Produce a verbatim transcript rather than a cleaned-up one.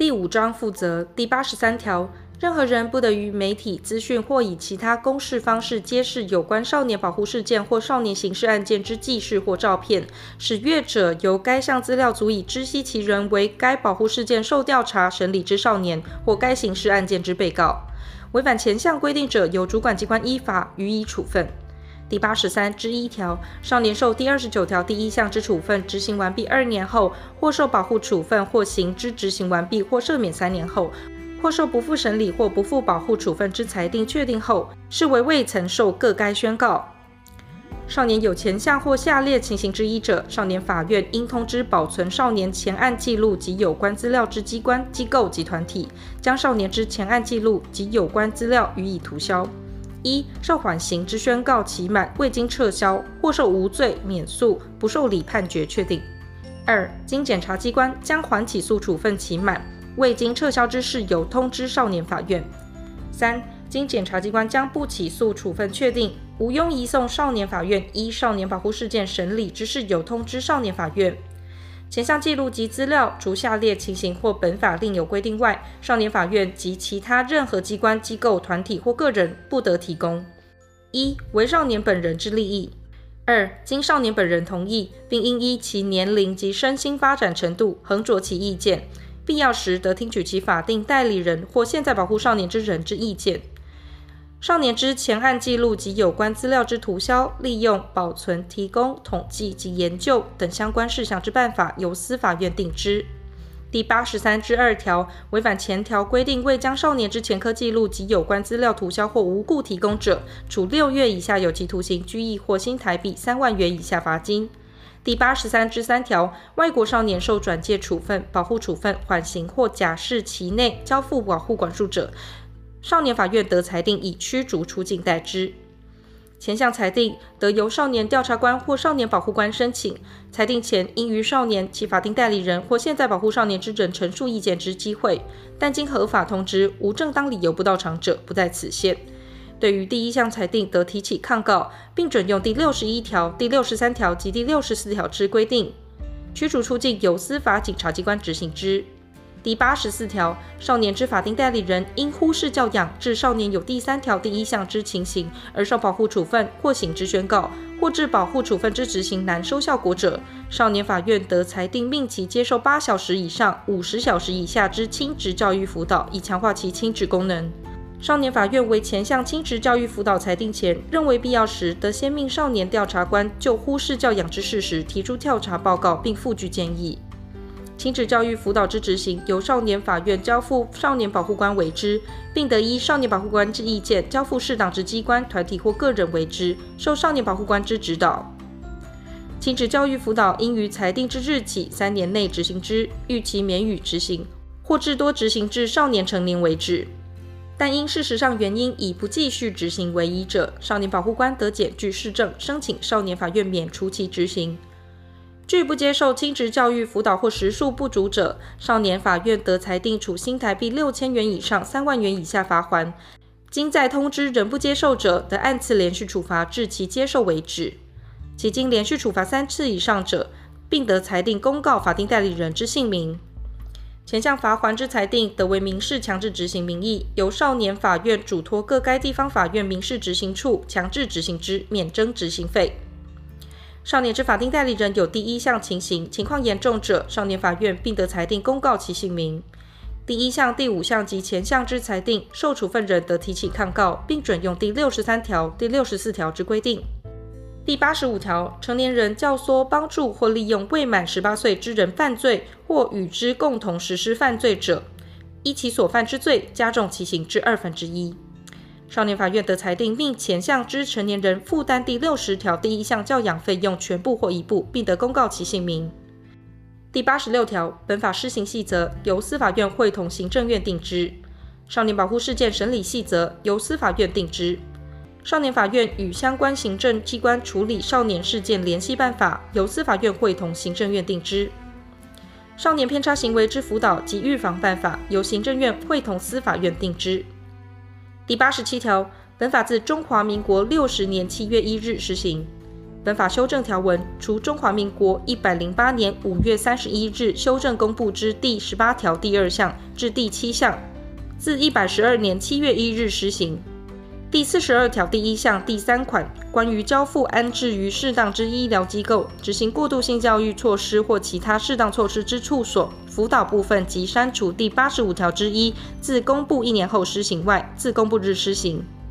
第五章负责第八十三条，任何人不得于媒体资讯或以其他公示方式揭示有关少年保护事件或少年刑事案件之记事或照片，使阅者由该项资料足以知悉其人为该保护事件受调查审理之少年或该刑事案件之被告。违反前项规定者，由主管机关依法予以处分。第八十三之一条，少年受第二十九条第一项之处分执行完毕二年后，或受保护处分或刑之执行完毕或赦免三年后，或受不付审理或不付保护处分之裁定确定后，视为未曾受各该宣告。少年有前项或下列情形之一者，少年法院应通知保存少年前案记录及有关资料之机关、机构及团体，将少年之前案记录及有关资料予以涂销。一、受缓刑之宣告期满未经撤销，或受无罪免诉，不受理判决确定。二、经检察机关将缓起诉处分期满未经撤销之事由通知少年法院。三、经检察机关将不起诉处分确定，无庸移送少年法院依少年保护事件审理之事由通知少年法院。前项记录及资料，除下列情形或本法另有规定外，少年法院及其他任何机关、机构、团体或个人不得提供。一、为少年本人之利益。二、经少年本人同意，并应依其年龄及身心发展程度衡酌其意见，必要时得听取其法定代理人或现在保护少年之人之意见。少年之前案记录及有关资料之涂销、利用、保存、提供、统计及研究等相关事项之办法，由司法院定之。第八十三之二条，违反前条规定未将少年之前科记录及有关资料涂销或无故提供者，处六月以下有期徒刑、拘役或新台币三万元以下罚金。第八十三之三条，外国少年受转介处分、保护处分、缓刑或假释期内交付保护管束者，少年法院得裁定以驱逐出境代之。前项裁定得由少年调查官或少年保护官申请，裁定前应于少年、其法定代理人或现在保护少年之人陈述意见之机会，但经合法通知，无正当理由不到场者，不在此限。对于第一项裁定得提起抗告，并准用第六十一条、第六十三条及第六十四条之规定。驱逐出境由司法警察机关执行之。第八十四条，少年之法定代理人因忽视教养致少年有第三条第一项之情形而受保护处分或刑之宣告，或致保护处分之执行难收效果者，少年法院得裁定命其接受八小时以上五十小时以下之亲职教育辅导，以强化其亲职功能。少年法院为前项亲职教育辅导裁定前，认为必要时，得先命少年调查官就忽视教养之事实提出调查报告，并附具建议。亲职教育辅导之执行，由少年法院交付少年保护官为之，并得依少年保护官之意见交付适当之机关、团体或个人为之，受少年保护官之指导。亲职教育辅导应于裁定之日起三年内执行之，逾期免予执行，或至多执行至少年成年为止。但因事实上原因已不继续执行为宜者，少年保护官得检具事证，申请少年法院免除其执行。拒不接受亲职教育辅导或时数不足者，少年法院得裁定处新台币六千元以上三万元以下罚锾。经再通知仍不接受者，得按次连续处罚至其接受为止。其经连续处罚三次以上者，并得裁定公告法定代理人之姓名。前项罚锾之裁定，得为民事强制执行名义，由少年法院嘱托各该地方法院民事执行处强制执行之，免征执行费。少年之法定代理人有第一项情形，情况严重者，少年法院并得裁定公告其姓名。第一项、第五项及前项之裁定，受处分人得提起抗告，并准用第六十三条、第六十四条之规定。第八十五条，成年人教唆、帮助或利用未满十八岁之人犯罪，或与之共同实施犯罪者，依其所犯之罪加重其刑至二分之一。少年法院得裁定命前项之成年人负担第六十条第一项教养费用全部或一部，并得公告其姓名。第八十六条，本法施行细则由司法院会同行政院定之。少年保护事件审理细则由司法院定之。少年法院与相关行政机关处理少年事件联系办法由司法院会同行政院定之。少年偏差行为之辅导及预防办法由行政院会同司法院定之。第八十七条，本法自中华民国六十年七月一日施行。 本法修正条文，除中华民国一百零八年五月三十一日修正公布之第十八条第二项至第七项，自一百十二年七月一日施行。第四十二条第一项第三款，关于交付安置于适当之医疗机构执行过渡性教育措施或其他适当措施之处所，辅导部分及删除第八十五条之一，自公布一年后施行外，自公布日施行。